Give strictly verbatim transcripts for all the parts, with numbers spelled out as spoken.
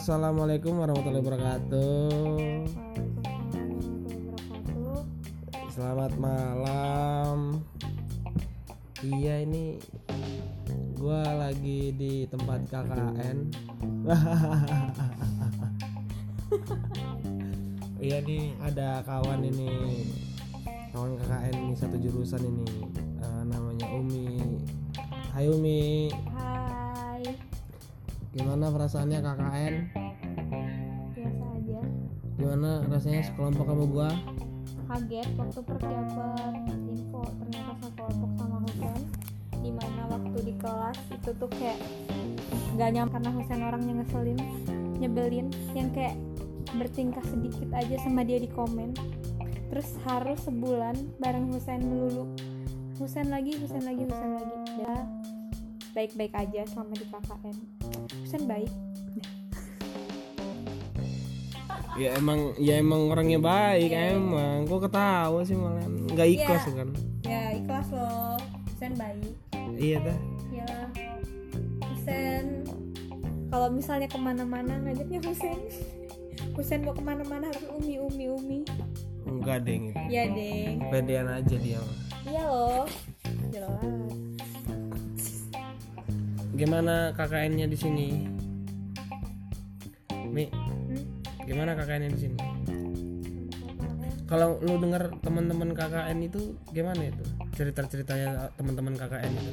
Assalamualaikum warahmatullahi wabarakatuh. Waalaikumsalam warahmatullahi wabarakatuh. Selamat malam. Iya, ini gua lagi di tempat K K N. Iya nih, ada kawan ini, kawan K K N ini satu jurusan ini, uh, namanya Umi. Hai Umi. Hai. Gimana perasaannya K K N? Biasa aja. Gimana rasanya sekelompok sama gua? Kaget waktu persiapan info ternyata sekelompok sama Husen. Dimana waktu di kelas itu tuh kayak nggak nyampe karena Husen orangnya ngeselin, nyebelin, yang kayak bertingkah sedikit aja sama dia di komen. Terus harus sebulan bareng Husen melulu. Husen lagi, Husen lagi, Husen lagi. Ya baik-baik aja selama di K K N. Husen baik. Ya emang, ya emang orangnya baik, Yeah. emang. Kok ketawa sih malah nggak ikhlas Yeah. kan? Ya ikhlas loh. Husen baik. Iya dah. Ya Husen kalau misalnya kemana-mana ngajaknya Husen. Husen mau kemana-mana harus umi umi umi. Enggak deng itu. Iya deng. Pedean aja dia. Iya loh. Jelas. Gimana K K N-nya di sini? Mi, Hmm? gimana K K N-nya di sini? Kalau lu dengar teman-teman K K N itu gimana itu? Cerita-ceritanya teman-teman K K N itu.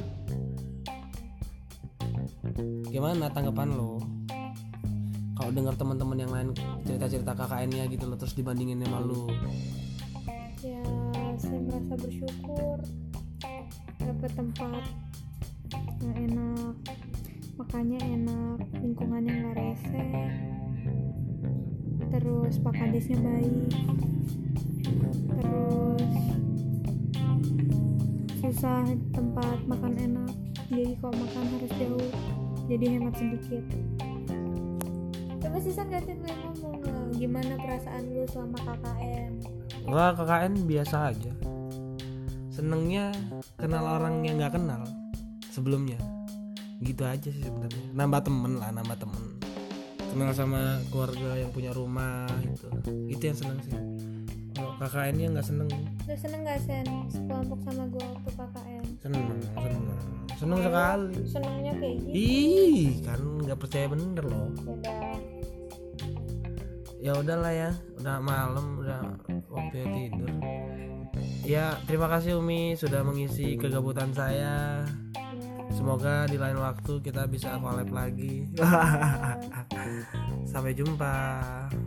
Gimana tanggapan lo? Kalau dengar teman-teman yang lain cerita-cerita K K N-nya gitu lo, terus dibandingin sama lu. Ya saya merasa bersyukur dapat tempat yang enak, makannya enak, lingkungannya nggak rese, terus Pak Kadisnya baik, terus susah tempat makan enak, jadi kalau makan harus jauh, jadi hemat sedikit. Coba Sisan gantiin gue ngomong lah, gimana perasaan lu selama K K N? Wah, K K N biasa aja. Senengnya kenal orang yang nggak kenal sebelumnya. Gitu aja sih sebenarnya. Nambah temen lah, nambah temen. Kenal sama keluarga yang punya rumah gitu. Itu yang seneng sih. Kalau K K N-nya nggak seneng. Lu seneng gak Sen sekelompok sama gue waktu K K N? Seneng, seneng, seneng sekali. Senengnya kayak gitu. Ih, kan nggak percaya bener loh. Udah. Ya udahlah ya, udah malam, udah waktunya tidur. Ya, terima kasih Umi sudah mengisi kegabutan saya. Semoga di lain waktu kita bisa collab lagi. Sampai jumpa.